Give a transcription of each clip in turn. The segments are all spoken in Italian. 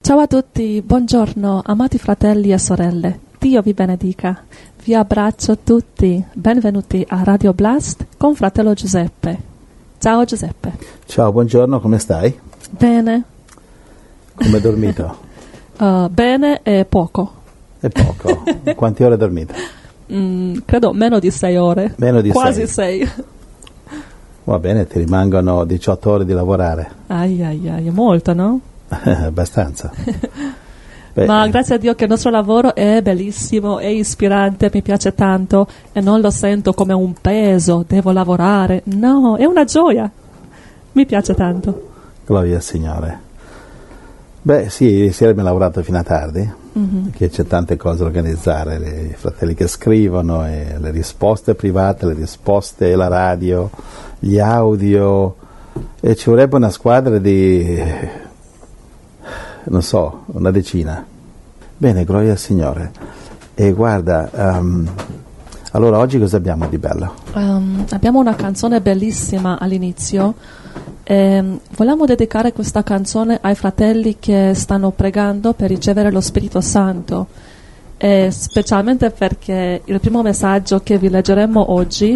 Ciao a tutti, buongiorno, amati fratelli e sorelle. Dio vi benedica. Vi abbraccio tutti. Benvenuti a Radio Blast con fratello Giuseppe. Ciao Giuseppe. Ciao, buongiorno, come stai? Bene. Come hai dormito? Bene e poco. E poco? Quante ore hai dormito? Credo meno di 6 ore. Meno di Quasi 6. Va bene, ti rimangono 18 ore di lavorare. Ai, molto, no? Abbastanza. Beh, ma grazie a Dio che il nostro lavoro è bellissimo, è ispirante, mi piace tanto e non lo sento come un peso, devo lavorare. No, è una gioia. Mi piace tanto. Gloria al Signore. Beh sì, ieri sera abbiamo lavorato fino a tardi, perché c'è tante cose da organizzare, i fratelli che scrivono, e le risposte private, le risposte, la radio, gli audio, e ci vorrebbe una squadra di, non so, una decina. Bene, gloria al Signore. E guarda, allora oggi cosa abbiamo di bello? Abbiamo una canzone bellissima all'inizio. Vogliamo dedicare questa canzone ai fratelli che stanno pregando per ricevere lo Spirito Santo, specialmente perché il primo messaggio che vi leggeremo oggi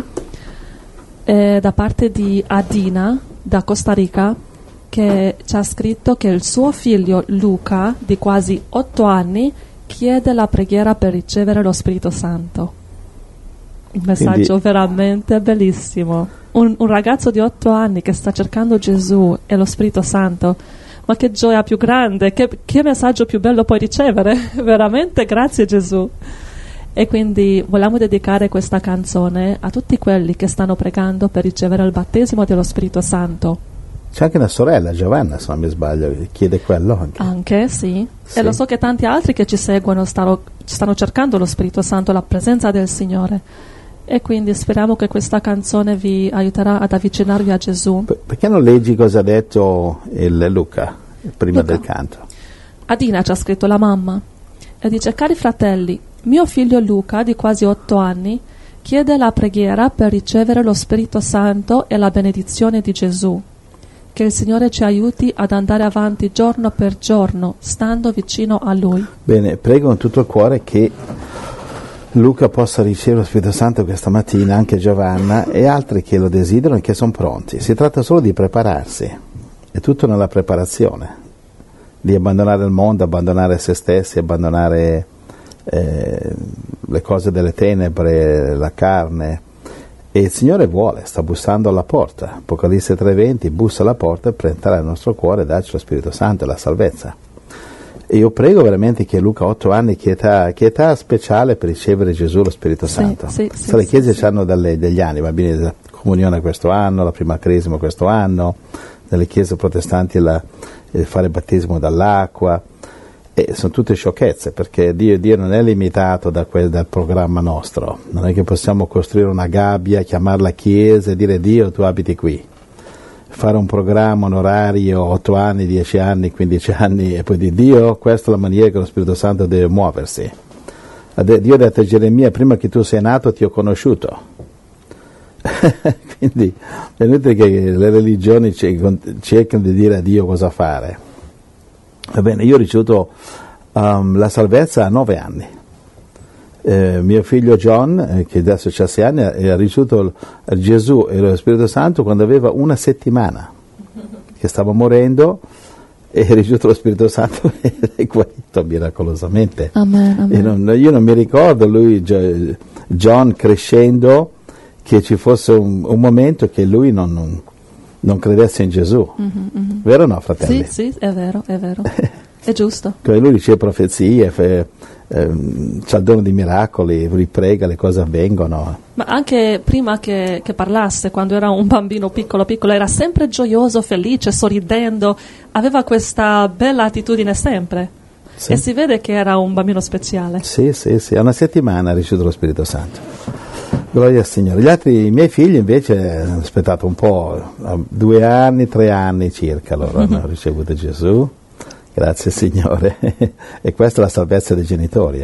è da parte di Adina da Costa Rica, che ci ha scritto che il suo figlio Luca, di quasi 8 anni, chiede la preghiera per ricevere lo Spirito Santo. Un messaggio veramente bellissimo. Un ragazzo di 8 anni che sta cercando Gesù e lo Spirito Santo. Ma che gioia più grande, che messaggio più bello puoi ricevere. Veramente grazie Gesù. E quindi vogliamo dedicare questa canzone a tutti quelli che stanno pregando per ricevere il battesimo dello Spirito Santo. C'è anche una sorella, Giovanna, se non mi sbaglio, chiede quello anche sì. E lo so che tanti altri che ci seguono stanno cercando lo Spirito Santo, la presenza del Signore. E quindi speriamo che questa canzone vi aiuterà ad avvicinarvi a Gesù. Perché non leggi cosa ha detto il Luca prima del canto? Adina ci ha scritto, la mamma, e dice: cari fratelli, mio figlio Luca di quasi 8 anni chiede la preghiera per ricevere lo Spirito Santo e la benedizione di Gesù. Che il Signore ci aiuti ad andare avanti giorno per giorno, stando vicino a Lui. Bene, prego con tutto il cuore che Luca possa ricevere lo Spirito Santo questa mattina, anche Giovanna e altri che lo desiderano e che sono pronti. Si tratta solo di prepararsi, è tutto nella preparazione, di abbandonare il mondo, abbandonare se stessi, abbandonare le cose delle tenebre, la carne. E il Signore vuole, sta bussando alla porta. Apocalisse 3:20, bussa alla porta per entrare nel nostro cuore e darci lo Spirito Santo e la salvezza. E io prego veramente che Luca, 8 anni, che età speciale per ricevere Gesù lo Spirito Santo. Sì, le chiese hanno degli anni, i bambini della comunione questo anno, la prima cresima questo anno, nelle chiese protestanti fare il battesimo dall'acqua, e sono tutte sciocchezze, perché Dio non è limitato dal programma nostro. Non è che possiamo costruire una gabbia, chiamarla chiesa e dire: Dio, tu abiti qui. Fare un programma, un orario, 8 anni, 10 anni, 15 anni, e poi dire: Dio, questa è la maniera che lo Spirito Santo deve muoversi. Dio ha detto a Geremia: prima che tu sei nato ti ho conosciuto. Quindi è inutile che le religioni cercano di dire a Dio cosa fare. Va bene, io ho ricevuto la salvezza a 9 anni. Mio figlio John, che adesso ha 6 anni, ha ricevuto Gesù e lo Spirito Santo quando aveva 1 settimana, che stava morendo, e ha ricevuto lo Spirito Santo e è guarito miracolosamente. Amen. E io non mi ricordo lui, John, crescendo, che ci fosse un momento che lui non credesse in Gesù. Vero o no, fratelli? Sì, è vero. È giusto. Lui riceve profezie, c'ha il dono di miracoli, riprega, le cose avvengono. Ma anche prima che parlasse, quando era un bambino piccolo, era sempre gioioso, felice, sorridendo, aveva questa bella attitudine sempre. Sì. E si vede che era un bambino speciale. Sì, a 1 settimana ha ricevuto lo Spirito Santo. Gloria al Signore. I miei figli invece hanno aspettato un po', 2 anni, 3 anni circa, loro hanno ricevuto Gesù. Grazie Signore. E questa è la salvezza dei genitori,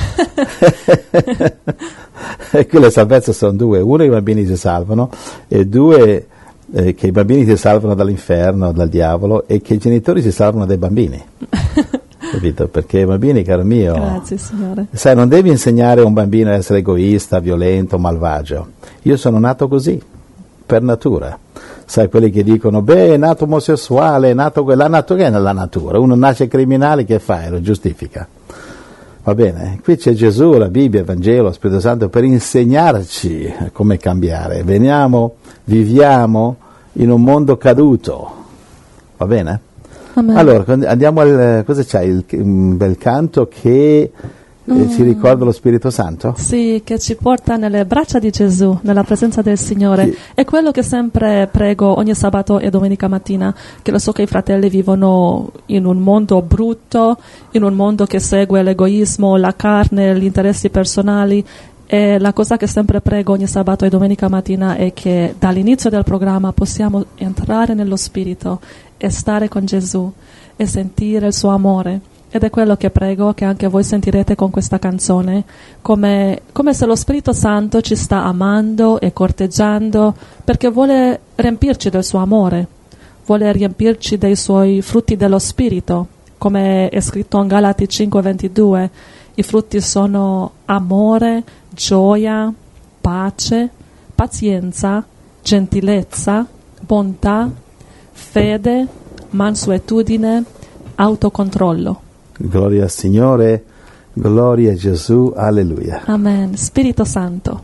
E qui le salvezze sono 2: 1, i bambini si salvano, e 2, che i bambini si salvano dall'inferno, dal diavolo, e che i genitori si salvano dai bambini. capito? Perché i bambini, caro mio, Grazie, Signore. sai, non devi insegnare a un bambino a essere egoista, violento, malvagio. Io sono nato così, per natura. Sai, quelli che dicono, beh, è nato omosessuale, è nato la natura, che è nella natura, uno nasce criminale, che fa? Lo giustifica. Va bene? Qui c'è Gesù, la Bibbia, il Vangelo, lo Spirito Santo per insegnarci come cambiare. Veniamo, viviamo in un mondo caduto. Va bene? Amen. Allora, andiamo al... cosa c'hai? Un bel canto che ci ricorda lo Spirito Santo? Sì, che ci porta nelle braccia di Gesù, nella presenza del Signore. Sì. È quello che sempre prego ogni sabato e domenica mattina, che lo so che i fratelli vivono in un mondo brutto, in un mondo che segue l'egoismo, la carne, gli interessi personali. E la cosa che sempre prego ogni sabato e domenica mattina è che dall'inizio del programma possiamo entrare nello Spirito e stare con Gesù e sentire il suo amore. Ed è quello che prego che anche voi sentirete con questa canzone, come se lo Spirito Santo ci sta amando e corteggiando, perché vuole riempirci del suo amore, vuole riempirci dei suoi frutti dello Spirito, come è scritto in Galati 5:22. I frutti sono amore, gioia, pace, pazienza, gentilezza, bontà, fede, mansuetudine, autocontrollo. Gloria al Signore, gloria a Gesù, alleluia. Amen. Spirito Santo.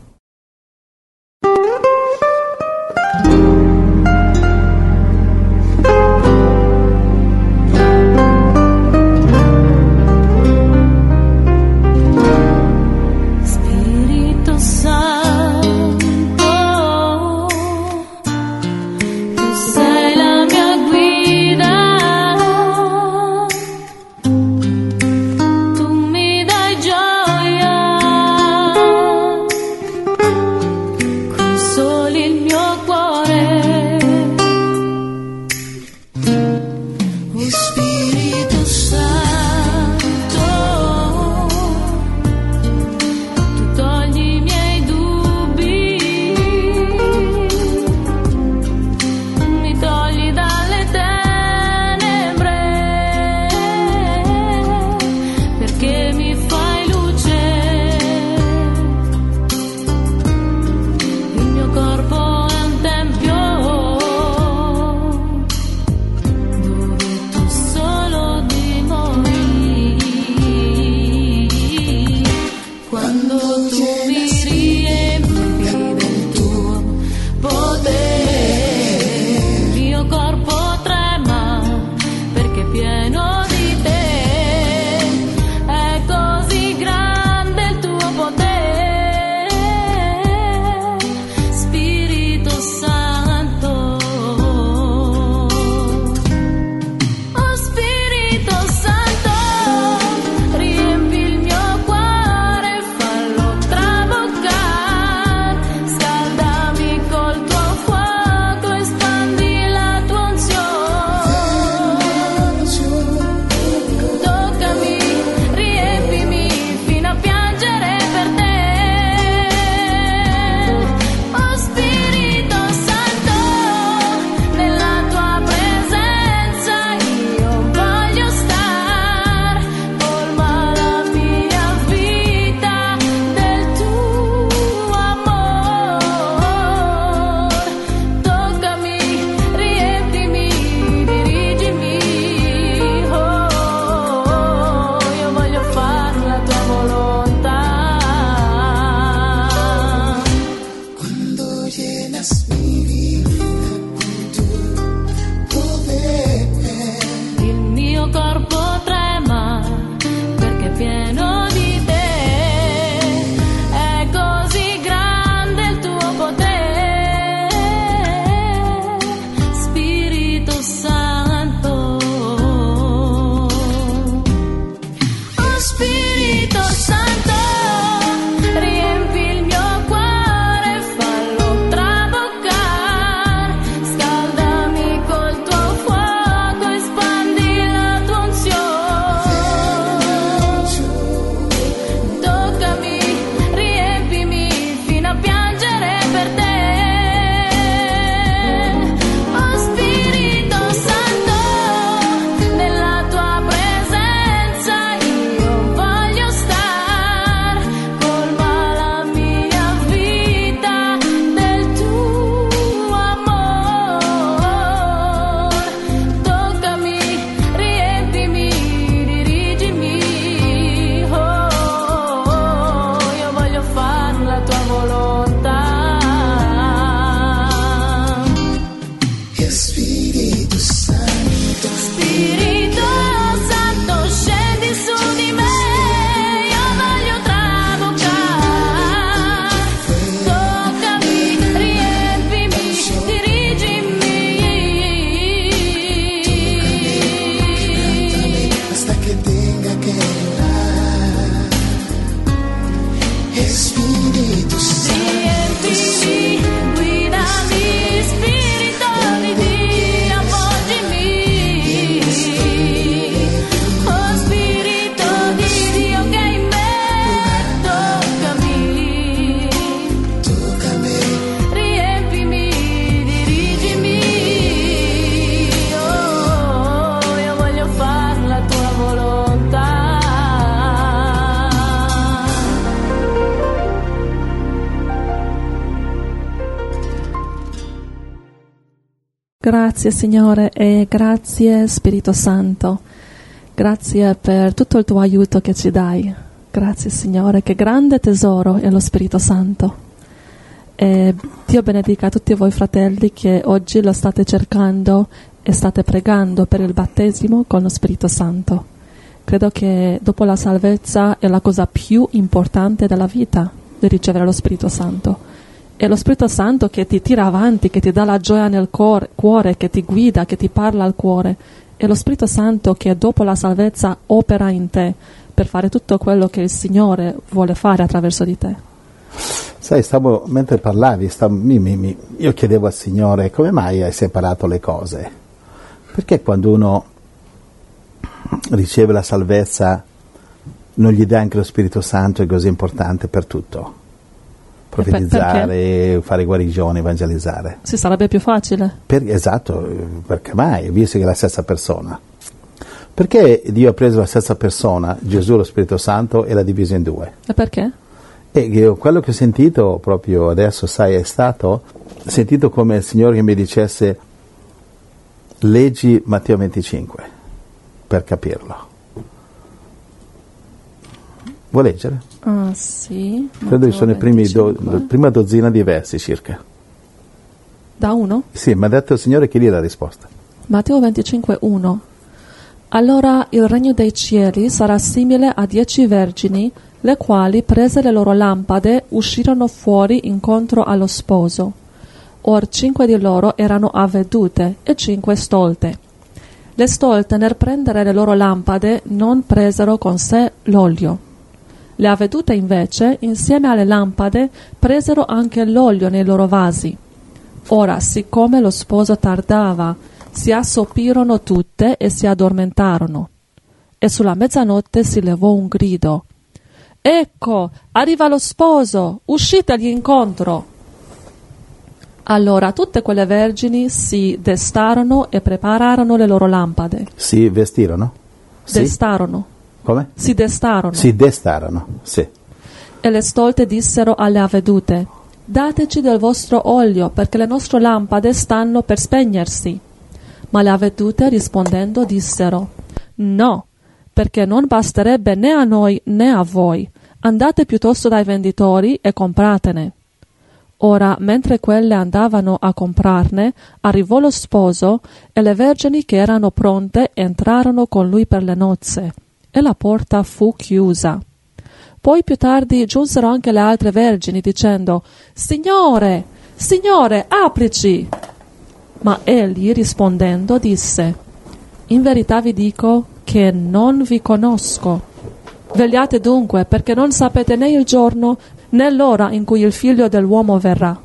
Spirito Santo, tu sei la mia guida. Tu mi dai gioia Grazie Signore e grazie Spirito Santo. Grazie per tutto il tuo aiuto che ci dai. Grazie Signore, che grande tesoro è lo Spirito Santo. E Dio benedica tutti voi fratelli che oggi lo state cercando e state pregando per il battesimo con lo Spirito Santo. Credo che dopo la salvezza è la cosa più importante della vita, di ricevere lo Spirito Santo. È lo Spirito Santo che ti tira avanti, che ti dà la gioia nel cuore, che ti guida, che ti parla al cuore. È lo Spirito Santo che dopo la salvezza opera in te per fare tutto quello che il Signore vuole fare attraverso di te. Sai, mentre parlavi, io chiedevo al Signore come mai hai separato le cose? Perché quando uno riceve la salvezza non gli dà anche lo Spirito Santo, è così importante per tutto? Profetizzare, fare guarigioni, evangelizzare. Sì, sarebbe più facile. Esatto, perché mai? Visto che è la stessa persona. Perché Dio ha preso la stessa persona, Gesù, lo Spirito Santo, e l'ha diviso in due? E perché? E quello che ho sentito proprio adesso, sai, è stato, ho sentito come il Signore che mi dicesse leggi Matteo 25 per capirlo. Vuoi leggere? Ah, sì. Credo che sono la prima dozzina di versi circa. Da 1? Sì, mi ha detto il Signore che lì è la risposta. Matteo 25, 1. Allora il regno dei cieli sarà simile a 10 vergini, le quali, prese le loro lampade, uscirono fuori incontro allo sposo. Or 5 di loro erano avvedute e 5 stolte. Le stolte, nel prendere le loro lampade, non presero con sé l'olio. Le avvedute invece, insieme alle lampade, presero anche l'olio nei loro vasi. Ora, siccome lo sposo tardava, si assopirono tutte e si addormentarono. E sulla mezzanotte si levò un grido: «Ecco, arriva lo sposo, uscitegli incontro!» Allora tutte quelle vergini si destarono e prepararono le loro lampade. Si vestirono? Destarono. Come? Si destarono. Si destarono, sì. E le stolte dissero alle avvedute: «Dateci del vostro olio, perché le nostre lampade stanno per spegnersi». Ma le avvedute rispondendo dissero: «No, perché non basterebbe né a noi né a voi. Andate piuttosto dai venditori e compratene». Ora, mentre quelle andavano a comprarne, arrivò lo sposo, e le vergini che erano pronte entrarono con lui per le nozze, e la porta fu chiusa. Poi più tardi giunsero anche le altre vergini, dicendo: «Signore, Signore, aprici!» Ma egli, rispondendo, disse: «In verità vi dico che non vi conosco. Vegliate dunque, perché non sapete né il giorno né l'ora in cui il Figlio dell'uomo verrà».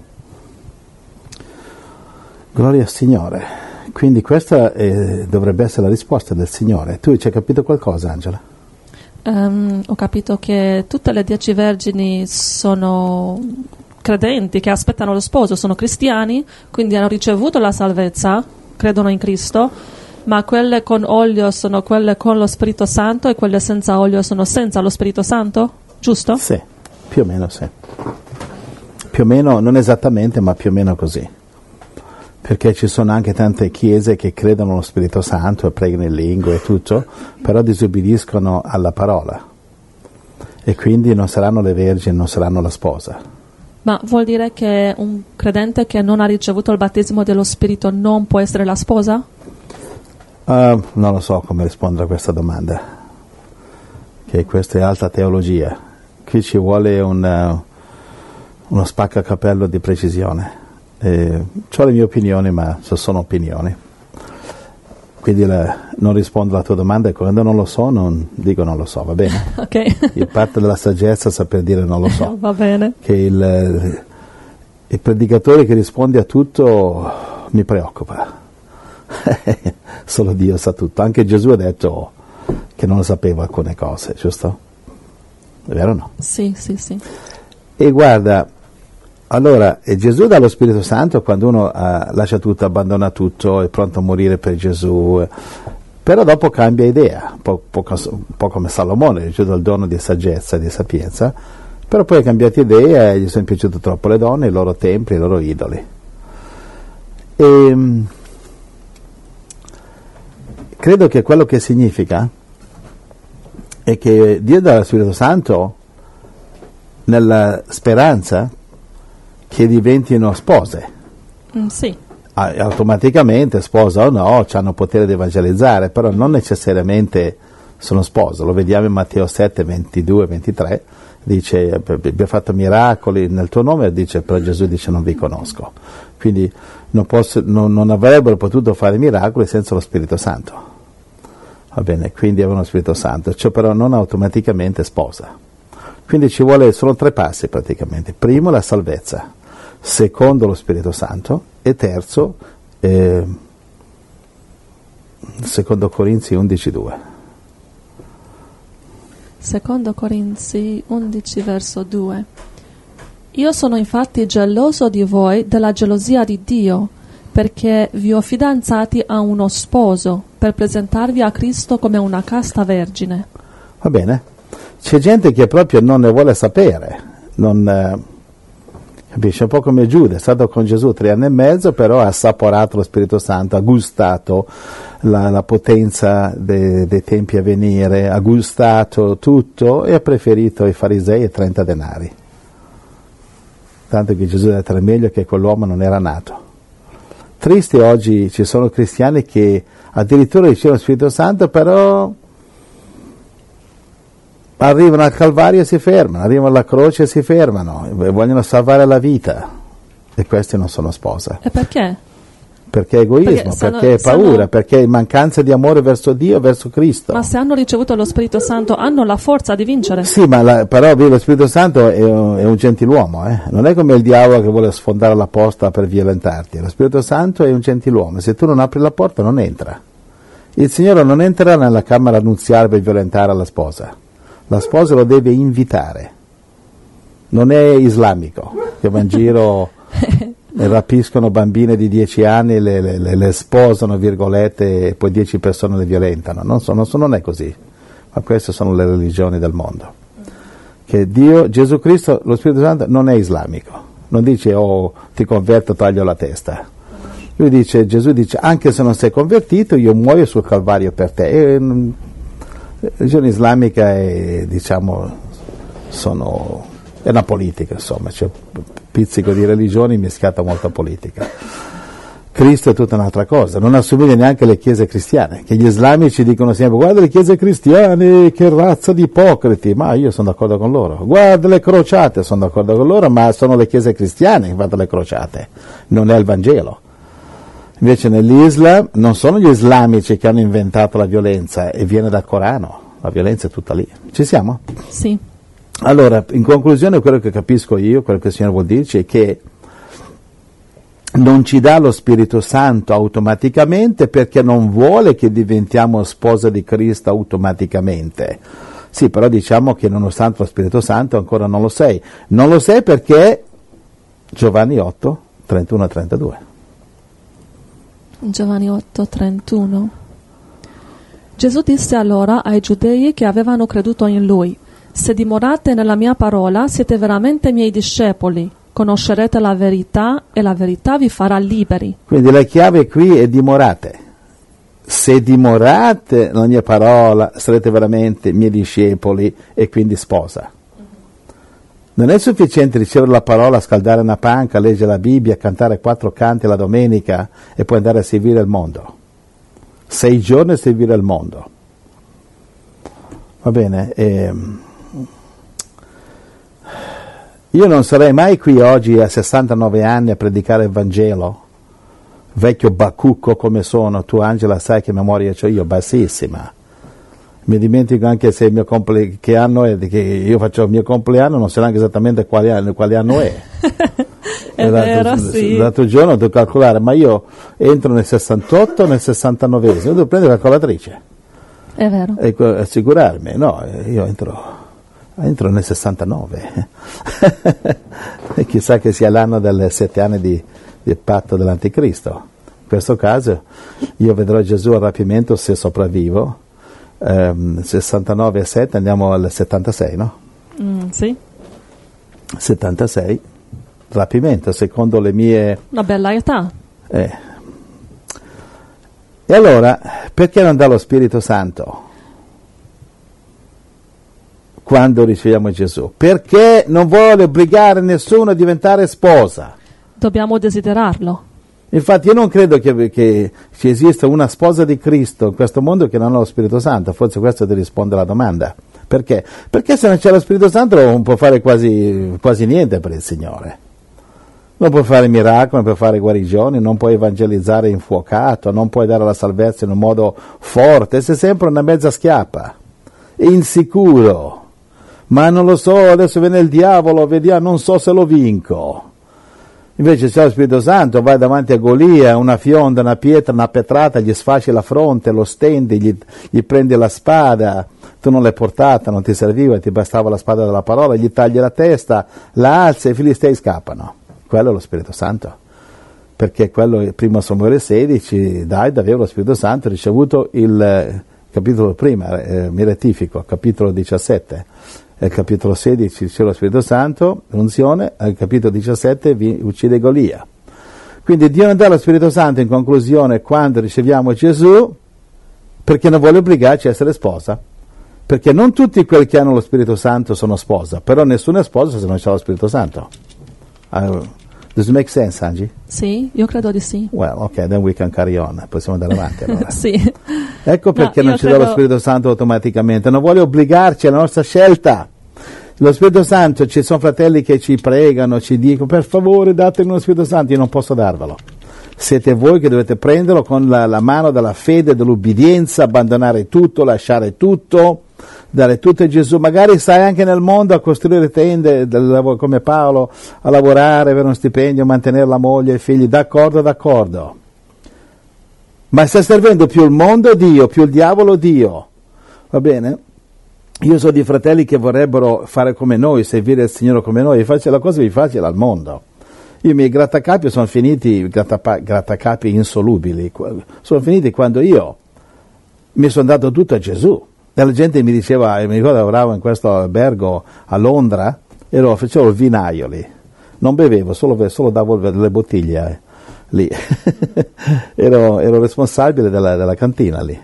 Gloria al Signore. Quindi questa dovrebbe essere la risposta del Signore. Tu ci hai capito qualcosa, Angela? Ho capito che tutte le 10 vergini sono credenti, che aspettano lo sposo, sono cristiani, quindi hanno ricevuto la salvezza, credono in Cristo, ma quelle con olio sono quelle con lo Spirito Santo e quelle senza olio sono senza lo Spirito Santo, giusto? Sì, più o meno sì. Più o meno, non esattamente, ma più o meno così. Perché ci sono anche tante chiese che credono allo Spirito Santo e pregano in lingue e tutto, però disobbediscono alla parola. E quindi non saranno le vergini, non saranno la sposa. Ma vuol dire che un credente che non ha ricevuto il battesimo dello Spirito non può essere la sposa? Non lo so come rispondere a questa domanda, che questa è alta teologia. Qui ci vuole uno spaccacapello di precisione. Ho le mie opinioni, ma sono opinioni. Quindi non rispondo alla tua domanda, e quando non lo so, non dico non lo so, va bene? Ok. Il parte della saggezza saper dire non lo so. Va bene. Che il predicatore che risponde a tutto mi preoccupa. Solo Dio sa tutto. Anche Gesù ha detto che non lo sapeva alcune cose, giusto? È vero o no? Sì. E guarda, allora Gesù dà lo Spirito Santo quando uno lascia tutto, abbandona tutto, è pronto a morire per Gesù, però dopo cambia idea, un po' come Salomone, ricevuto il dono di saggezza e di sapienza, però poi ha cambiato idea e gli sono piaciute troppo le donne, i loro templi, i loro idoli. credo che quello che significa è che Dio dà lo Spirito Santo nella speranza che diventino spose. Sì. Automaticamente, sposa o no, hanno potere di evangelizzare, però non necessariamente sono spose. Lo vediamo in Matteo 7, 22, 23, dice abbiamo fatto miracoli nel tuo nome, dice, però Gesù dice non vi conosco. Quindi non avrebbero potuto fare miracoli senza lo Spirito Santo. Va bene, quindi avevano lo Spirito Santo, cioè però non automaticamente sposa. Quindi sono 3 passi praticamente. Primo la salvezza, secondo lo Spirito Santo e terzo secondo Corinzi 11:2. Secondo Corinzi 11 verso 2. Io sono infatti geloso di voi della gelosia di Dio, perché vi ho fidanzati a uno sposo per presentarvi a Cristo come una casta vergine. Va bene? C'è gente che proprio non ne vuole sapere, capisci? Un po' come Giuda, è stato con Gesù 3 anni e mezzo, però ha assaporato lo Spirito Santo, ha gustato la potenza dei tempi a venire, ha gustato tutto e ha preferito i farisei e 30 denari. Tanto che Gesù ha detto era meglio che quell'uomo non era nato. Tristi oggi ci sono cristiani che addirittura ricevono lo Spirito Santo, però arrivano al Calvario e si fermano, arrivano alla croce e si fermano, vogliono salvare la vita, e questi non sono spose. E perché? Perché è egoismo, perché è paura, perché è mancanza di amore verso Dio e verso Cristo. Ma se hanno ricevuto lo Spirito Santo hanno la forza di vincere. Sì, ma però lo Spirito Santo è un gentiluomo, non è come il diavolo che vuole sfondare la porta per violentarti. Lo Spirito Santo è un gentiluomo, se tu non apri la porta non entra. Il Signore non entrerà nella camera nuziale per violentare la sposa. La sposa lo deve invitare. Non è islamico, che va in giro e rapiscono bambine di 10 anni, le sposano, virgolette, e poi 10 persone le violentano. Non è così. Ma queste sono le religioni del mondo. Che Dio, Gesù Cristo, lo Spirito Santo non è islamico. Non dice, ti converto, taglio la testa. Gesù dice, anche se non sei convertito, io muoio sul Calvario per te. La religione islamica è una politica, insomma, c'è pizzico di religione mischiata a molta politica. Cristo è tutta un'altra cosa, non assomiglia neanche alle chiese cristiane, che gli islamici dicono sempre guarda le chiese cristiane, che razza di ipocriti, ma io sono d'accordo con loro, guarda le crociate, sono d'accordo con loro, ma sono le chiese cristiane che fanno le crociate, non è il Vangelo. Invece nell'Islam non sono gli islamici che hanno inventato la violenza, e viene dal Corano, la violenza è tutta lì. Ci siamo? Sì. Allora, in conclusione, quello che capisco io, quello che il Signore vuol dirci è che non ci dà lo Spirito Santo automaticamente perché non vuole che diventiamo sposa di Cristo automaticamente. Sì, però diciamo che nonostante lo Spirito Santo ancora non lo sei. Non lo sei perché Giovanni 8, 31 e 32. Giovanni 8, 31. Gesù disse allora ai giudei che avevano creduto in lui: se dimorate nella mia parola siete veramente miei discepoli, conoscerete la verità e la verità vi farà liberi. Quindi la chiave qui è dimorate. Se dimorate nella mia parola sarete veramente miei discepoli e quindi sposa. Non è sufficiente ricevere la parola, scaldare una panca, leggere la Bibbia, cantare 4 canti la domenica e poi andare a servire il mondo. 6 giorni a servire il mondo. Va bene? Io non sarei mai qui oggi a 69 anni a predicare il Vangelo, vecchio bacucco come sono. Tu Angela sai che memoria ho io, bassissima. Mi dimentico anche se il mio che anno è, che io faccio il mio compleanno, non so neanche esattamente quale anno è. È vero, sì. L'altro giorno devo calcolare, ma io entro nel 68 o nel 69, io devo prendere la calcolatrice. È vero. E assicurarmi, no, io entro nel 69. E chissà che sia l'anno delle 7 anni di patto dell'Anticristo. In questo caso io vedrò Gesù al rapimento se sopravvivo. 69 e 7 andiamo al 76, no? Sì. 76 rapimento secondo le mie una bella età. E allora, perché non dà lo Spirito Santo quando riceviamo Gesù? Perché non vuole obbligare nessuno a diventare sposa. Dobbiamo desiderarlo. Infatti io non credo che ci esista una sposa di Cristo in questo mondo che non ha lo Spirito Santo. Forse questo ti risponde alla domanda. Perché? Perché se non c'è lo Spirito Santo non può fare quasi niente per il Signore. Non puoi fare miracoli, non puoi fare guarigioni, non puoi evangelizzare infuocato, non puoi dare la salvezza in un modo forte, sei sempre una mezza schiappa, insicuro. Ma non lo so, adesso viene il diavolo, vediamo, non so se lo vinco. Invece c'è lo Spirito Santo, vai davanti a Golia, una fionda, una pietra, una petrata, gli sfasci la fronte, lo stendi, gli prendi la spada, tu non l'hai portata, non ti serviva, ti bastava la spada della parola, gli tagli la testa, la alzi e i filistei scappano. Quello è lo Spirito Santo, perché quello, primo Samuele 16, Davide aveva lo Spirito Santo, ha ricevuto il capitolo prima, mi rettifico, capitolo 17, al capitolo 16 riceve lo Spirito Santo, l'unzione, al capitolo 17 uccide Golia. Quindi Dio non dà lo Spirito Santo in conclusione quando riceviamo Gesù, perché non vuole obbligarci a essere sposa, perché non tutti quelli che hanno lo Spirito Santo sono sposa, però nessuno è sposa se non c'è lo Spirito Santo. Does it make sense, Angie? Sì, io credo di sì. Well, ok, then we can carry on. Possiamo andare avanti allora. Sì. Ecco perché No, non ci dà lo Spirito Santo automaticamente. Non vuole obbligarci alla nostra scelta. Lo Spirito Santo, ci sono fratelli che ci pregano, ci dicono, per favore datemi lo Spirito Santo, io non posso darvelo. Siete voi che dovete prenderlo con la mano della fede, dell'ubbidienza, abbandonare tutto, lasciare tutto, dare tutto a Gesù. Magari stai anche nel mondo a costruire tende, come Paolo, a lavorare, avere uno stipendio, mantenere la moglie e i figli, d'accordo. Ma stai servendo più il mondo Dio, più il diavolo Dio. Va bene? Io so di fratelli che vorrebbero fare come noi, servire il Signore come noi, e la cosa più facile al mondo. I miei grattacapi sono finiti, grattacapi insolubili, sono finiti quando io mi sono dato tutto a Gesù. E la gente mi diceva, mi ricordo lavoravo in questo albergo a Londra, facevo il vinaio lì, non bevevo, solo davo le bottiglie lì, ero responsabile della cantina lì.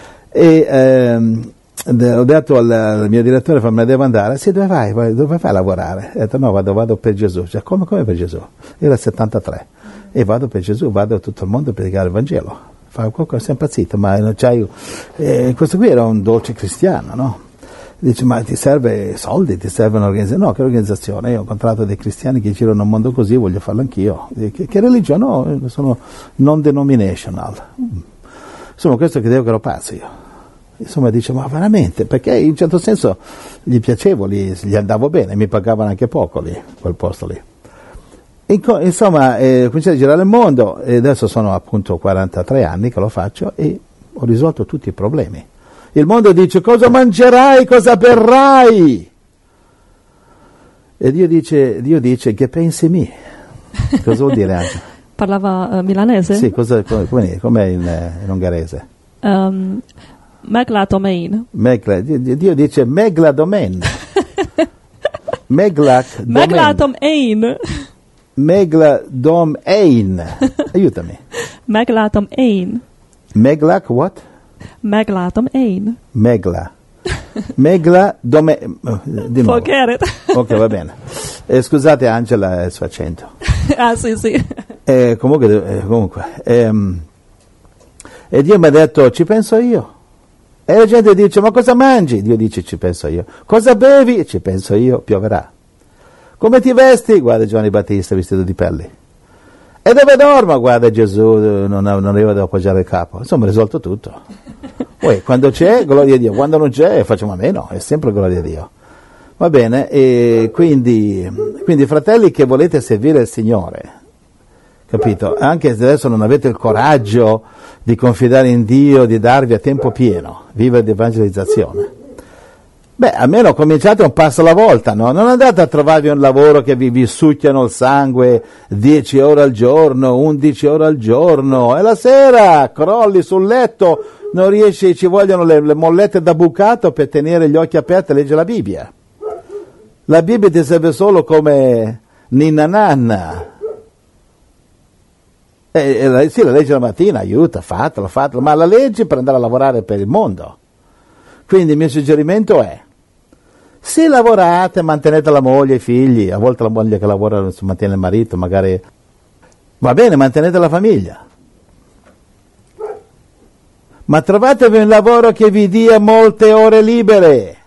E ho detto al mio direttore, me ne devo andare. Sì, dove vai? Dove vai a lavorare? Ho detto no, vado per Gesù. Cioè, come per Gesù? Era 73 e vado per Gesù, vado a tutto il mondo a predicare il Vangelo. Fa qualcosa, sei impazzito, ma non c'hai... questo qui era un dolce cristiano, no? Dice, ma ti serve soldi, ti serve un'organizzazione? No, che organizzazione? Io ho incontrato dei cristiani che girano nel mondo così, voglio farlo anch'io. Che religione? No, sono non denominational. Insomma, questo credevo che ero pazzo io. Insomma, dice, ma veramente? Perché in un certo senso gli piacevo, gli andavo bene, mi pagavano anche poco lì, quel posto lì. Insomma, ho cominciato a girare il mondo e adesso sono appunto 43 anni che lo faccio e ho risolto tutti i problemi. Il mondo dice, cosa mangerai, cosa berrai? E Dio dice, che pensi me? Cosa vuol dire anche? Parlava milanese? Sì, com'è in ungherese? Meglátomein. Dio dice Megladomen. Meglátomein. Megladomein. Aiutami. Meglátomein. Meglak what? Meglátomein. Megladomein. Di nuovo. Forget it. Ok, va bene. Scusate Angela il suo accento. Ah, sì. Comunque. E Dio mi ha detto, ci penso io. E la gente dice, ma cosa mangi? Dio dice, ci penso io. Cosa bevi? Ci penso io, pioverà. Come ti vesti? Guarda Giovanni Battista vestito di pelli. E dove dormo? Guarda Gesù, non arriva ad appoggiare il capo. Insomma, risolto tutto. Poi, quando c'è, gloria a Dio. Quando non c'è, facciamo a meno. È sempre gloria a Dio. Va bene? E quindi fratelli che volete servire il Signore, capito? Anche se adesso non avete il coraggio di confidare in Dio, di darvi a tempo pieno, viva di evangelizzazione. Beh, almeno cominciate un passo alla volta, no? Non andate a trovarvi un lavoro che vi succhiano il sangue 10 ore al giorno, 11 ore al giorno, e la sera crolli sul letto, non riesci, ci vogliono le mollette da bucato per tenere gli occhi aperti e leggere la Bibbia. La Bibbia ti serve solo come ninna nanna. Sì, la legge la mattina aiuta, fatelo, ma la legge per andare a lavorare per il mondo. Quindi il mio suggerimento è: se lavorate, mantenete la moglie, i figli, a volte la moglie che lavora mantiene il marito, magari va bene, mantenete la famiglia. Ma trovatevi un lavoro che vi dia molte ore libere.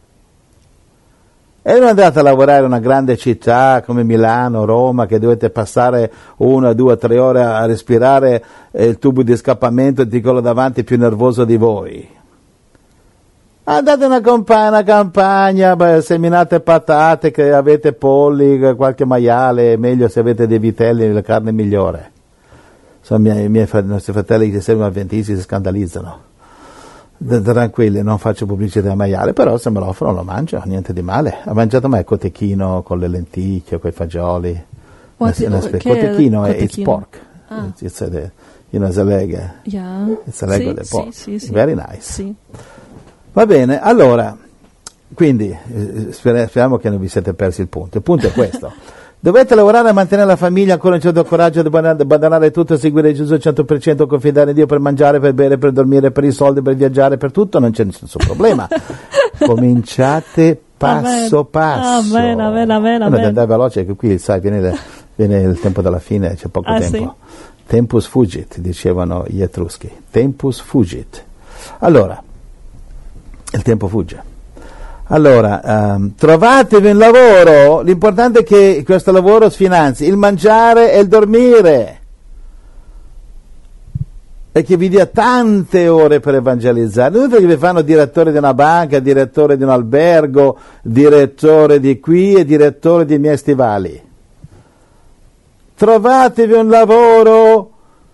E non andate a lavorare in una grande città come Milano, Roma, che dovete passare 1, 2, 3 ore a respirare il tubo di scappamento di quello davanti più nervoso di voi. Andate in una campagna, seminate patate, che avete polli, qualche maiale, meglio se avete dei vitelli, la carne è migliore. Sono i nostri fratelli che seguono avventisti si scandalizzano. Tranquilli, non faccio pubblicità a maiale, però se me lo offrono lo mangio, niente di male. Ha mangiato mai cotechino con le lenticchie, con i fagioli? Cotechino è it's pork. It's a leg. Yeah. It's a leg of the pork. Sì. Very nice. Sì. Va bene, allora, quindi speriamo che non vi siete persi il punto. Il punto è questo. Dovete lavorare a mantenere la famiglia, ancora un certo coraggio di abbandonare tutto, seguire Gesù al 100%, confidare in Dio per mangiare, per bere, per dormire, per i soldi, per viaggiare, per tutto, non c'è nessun problema. Cominciate passo passo. Amen. Andate veloce, che qui, sai, viene il tempo della fine, c'è poco tempo. Sì? Tempus fugit, dicevano gli Etruschi. Tempus fugit. Allora, il tempo fugge. Allora, trovatevi un lavoro, l'importante è che questo lavoro sfinanzi il mangiare e il dormire, e che vi dia tante ore per evangelizzare. Non è che vi fanno direttore di una banca, direttore di un albergo, direttore di qui e direttore dei miei stivali. Trovatevi un lavoro,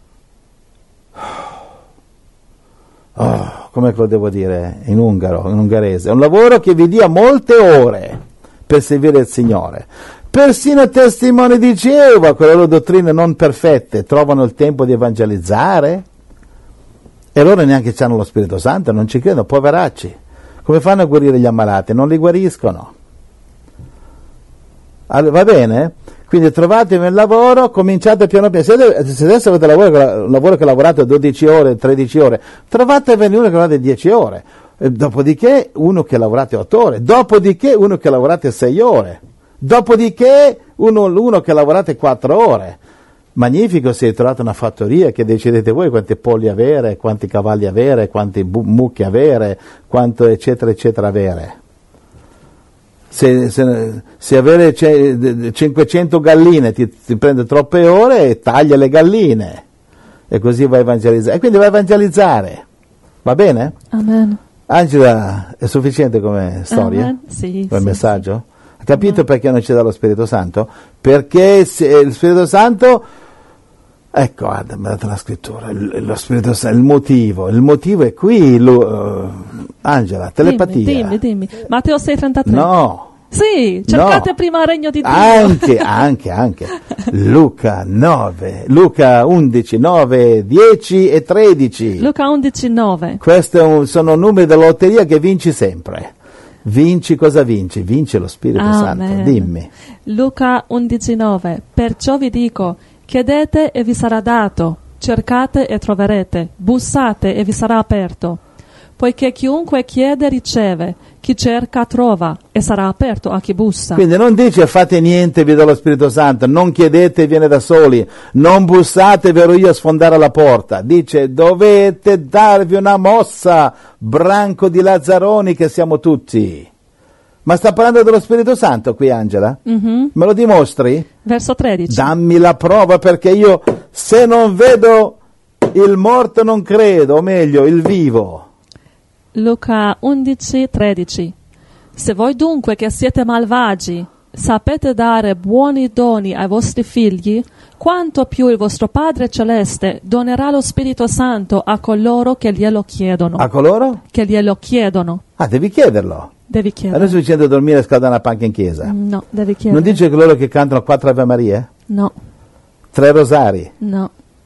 come lo devo dire in ungherese, un lavoro che vi dia molte ore per servire il Signore. Persino testimoni di Geova, con le loro dottrine non perfette, trovano il tempo di evangelizzare, e loro neanche hanno lo Spirito Santo, non ci credono, poveracci. Come fanno a guarire gli ammalati? Non li guariscono. Allora, va bene? Quindi trovatevi un lavoro, cominciate piano piano. Se adesso avete un lavoro che lavorate 12 ore, 13 ore, trovatevene uno che lavorate 10 ore, dopodiché uno che lavorate 8 ore, dopodiché uno che lavorate 6 ore, dopodiché uno che lavorate 4 ore. Magnifico se trovate una fattoria che decidete voi quanti polli avere, quanti cavalli avere, quanti mucche avere, quanto eccetera eccetera avere. Se avere 500 galline ti prende troppe ore, e taglia le galline, e così vai a evangelizzare. E quindi vai a evangelizzare, va bene? Amen. Angela, è sufficiente come storia? Amen. Sì, come sì, messaggio? Ha capito perché non ci dà lo Spirito Santo? Perché lo Spirito Santo, ecco, mi ha dato la scrittura, lo Spirito Santo, il motivo è qui, Angela, telepatia. Dimmi. Matteo 6,33. No. Sì, cercate prima il regno di Dio. Anche. Luca 11, 9, 10 e 13. Luca 11, 9. Questi sono numeri della lotteria che vinci sempre. Vinci cosa vinci? Vinci lo Spirito Santo. Dimmi. Luca 11, 9. Perciò vi dico, chiedete e vi sarà dato, cercate e troverete, bussate e vi sarà aperto. Poiché chiunque chiede riceve, chi cerca trova, e sarà aperto a chi bussa. Quindi non dice fate niente, vi do lo Spirito Santo, non chiedete, viene da soli, non bussate, verrò io a sfondare la porta. Dice dovete darvi una mossa, branco di lazzaroni che siamo tutti. Ma sta parlando dello Spirito Santo qui, Angela? Mm-hmm. Me lo dimostri? Verso 13. Dammi la prova, perché io, se non vedo il morto non credo, o meglio, il vivo. Luca 11, 13. Se voi dunque che siete malvagi sapete dare buoni doni ai vostri figli, quanto più il vostro Padre Celeste donerà lo Spirito Santo a coloro che glielo chiedono. A coloro? Che glielo chiedono. Ah, devi chiederlo. Devi chiedere. Adesso dicendo dormire e scaldare una panca in chiesa. No, devi chiedere. Non dice coloro che cantano 4 Ave Marie? No. 3 Rosari? No.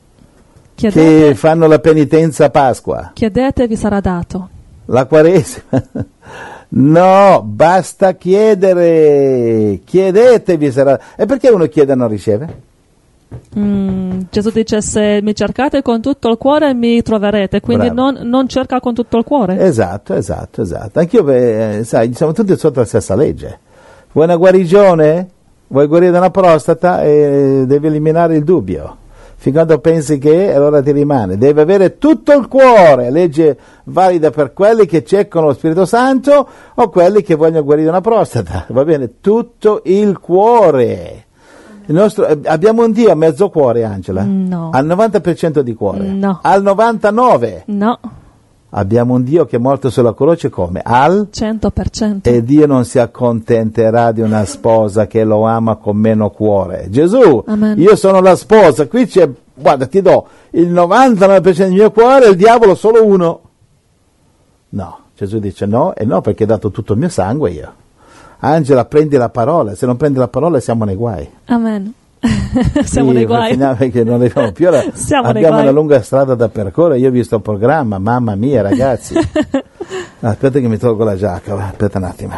Che fanno la penitenza a Pasqua? Chiedete e vi sarà dato. La Quaresima? No, basta chiedere. Chiedetevi sarà. E perché uno chiede e non riceve? Gesù dice: se mi cercate con tutto il cuore mi troverete, quindi non cerca con tutto il cuore. Esatto. Anch'io, sai, siamo tutti sotto la stessa legge. Vuoi una guarigione? Vuoi guarire da una prostata? Devi eliminare il dubbio. Fin quando pensi che, allora ti rimane. Devi avere tutto il cuore, legge valida per quelli che cercano lo Spirito Santo o quelli che vogliono guarire una prostata. Va bene? Tutto il cuore. Abbiamo un Dio a mezzo cuore, Angela? No. Al 90% di cuore? No. Al 99%? No. Abbiamo un Dio che è morto sulla croce come? Al 100%. E Dio non si accontenterà di una sposa che lo ama con meno cuore. Gesù, Amen. Io sono la sposa, qui c'è, guarda, ti do il 99% del mio cuore e il diavolo solo uno. No, Gesù dice no, e no perché ho dato tutto il mio sangue io. Angela, prendi la parola, se non prendi la parola siamo nei guai. Amen. Siamo nei guai. Perché non arriviamo più. Allora, abbiamo una lunga strada da percorrere. Io ho visto il programma, mamma mia, ragazzi. Aspetta che mi tolgo la giacca, aspetta un attimo.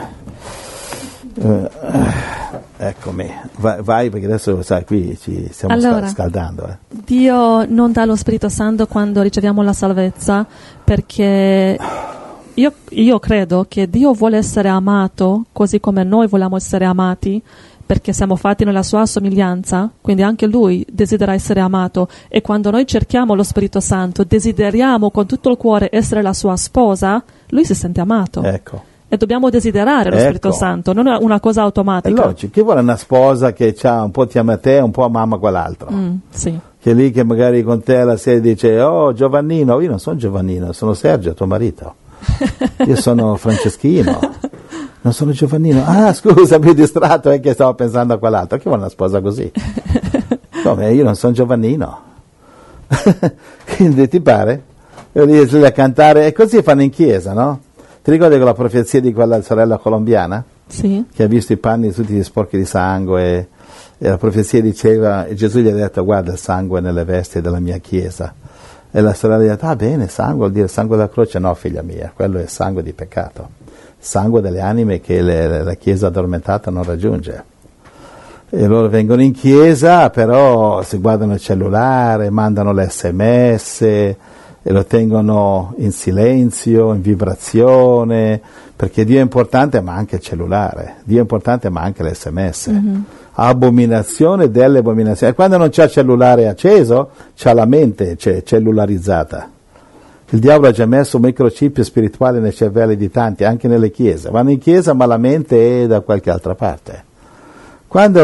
Eccomi, vai perché adesso sai, qui ci stiamo scaldando. Dio non dà lo Spirito Santo quando riceviamo la salvezza, perché io credo che Dio vuole essere amato così come noi vogliamo essere amati, perché siamo fatti nella sua somiglianza, quindi anche Lui desidera essere amato, e quando noi cerchiamo lo Spirito Santo, desideriamo con tutto il cuore essere la sua sposa, Lui si sente amato. Ecco. E dobbiamo desiderare lo Spirito Santo, non è una cosa automatica. È logico, chi vuole una sposa che un po' ti ama a te, un po' ama quell'altro? Sì. Che lì che magari con te la sera dice: oh Giovannino, io non sono Giovannino, sono Sergio, tuo marito. Io sono Franceschino, non sono Giovannino. Ah, scusa, mi ho distratto, è che stavo pensando a quell'altro. Chi vuole una sposa così? Come? Io non sono Giovannino. Quindi ti pare? Io lì a cantare, e così fanno in chiesa, no? Ti ricordi quella profezia di quella sorella colombiana? Sì. Che ha visto i panni tutti sporchi di sangue, e la profezia diceva, e Gesù gli ha detto: guarda il sangue nelle vesti della mia chiesa. E la sorella gli ha detto: ah bene, sangue vuol dire sangue della croce. No, figlia mia, quello è sangue di peccato, sangue delle anime che la chiesa addormentata non raggiunge. E loro vengono in chiesa, però si guardano il cellulare, mandano le SMS e lo tengono in silenzio, in vibrazione, perché Dio è importante ma anche il cellulare, Dio è importante ma anche l'SMS. Abominazione delle abominazioni. E quando non c'è il cellulare acceso, c'ha la mente cellularizzata. Il diavolo ha già messo microchip spirituali nei cervelli di tanti, anche nelle chiese. Vanno in chiesa ma la mente è da qualche altra parte. Quando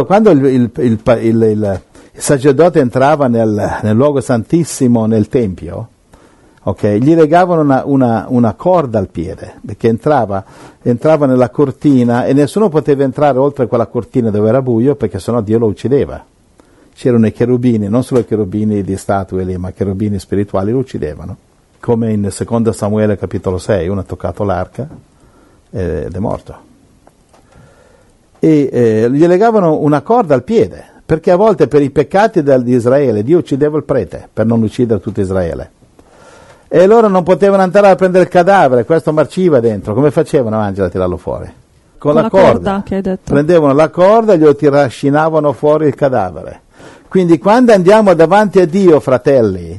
il sacerdote entrava nel luogo santissimo, nel tempio, gli legavano una corda al piede, perché entrava nella cortina e nessuno poteva entrare oltre quella cortina dove era buio, perché sennò Dio lo uccideva. C'erano i cherubini, non solo i cherubini di statue lì, ma i cherubini spirituali lo uccidevano. Come in 2 Samuele capitolo 6, uno ha toccato l'arca ed è morto. E gli legavano una corda al piede, perché a volte per i peccati di Israele Dio uccideva il prete per non uccidere tutto Israele. E loro non potevano andare a prendere il cadavere, questo marciva dentro. Come facevano, Angela, a tirarlo fuori? Con la corda che hai detto. Prendevano la corda e glielo trascinavano fuori il cadavere. Quindi quando andiamo davanti a Dio, fratelli,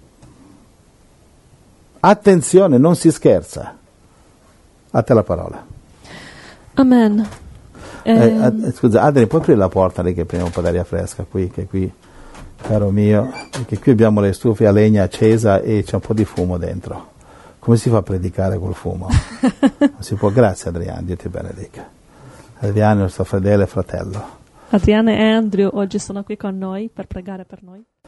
attenzione, non si scherza. A te la parola. Amen. Scusa, Adri, puoi aprire la porta lì che prendiamo un po' d'aria fresca qui, che qui, caro mio, perché qui abbiamo le stufe a legna accesa e c'è un po' di fumo dentro. Come si fa a predicare col fumo? Non si può. Grazie Adriano, Dio ti benedica. Adriano è il nostro fedele fratello. Adriano e Andrew oggi sono qui con noi per pregare per noi.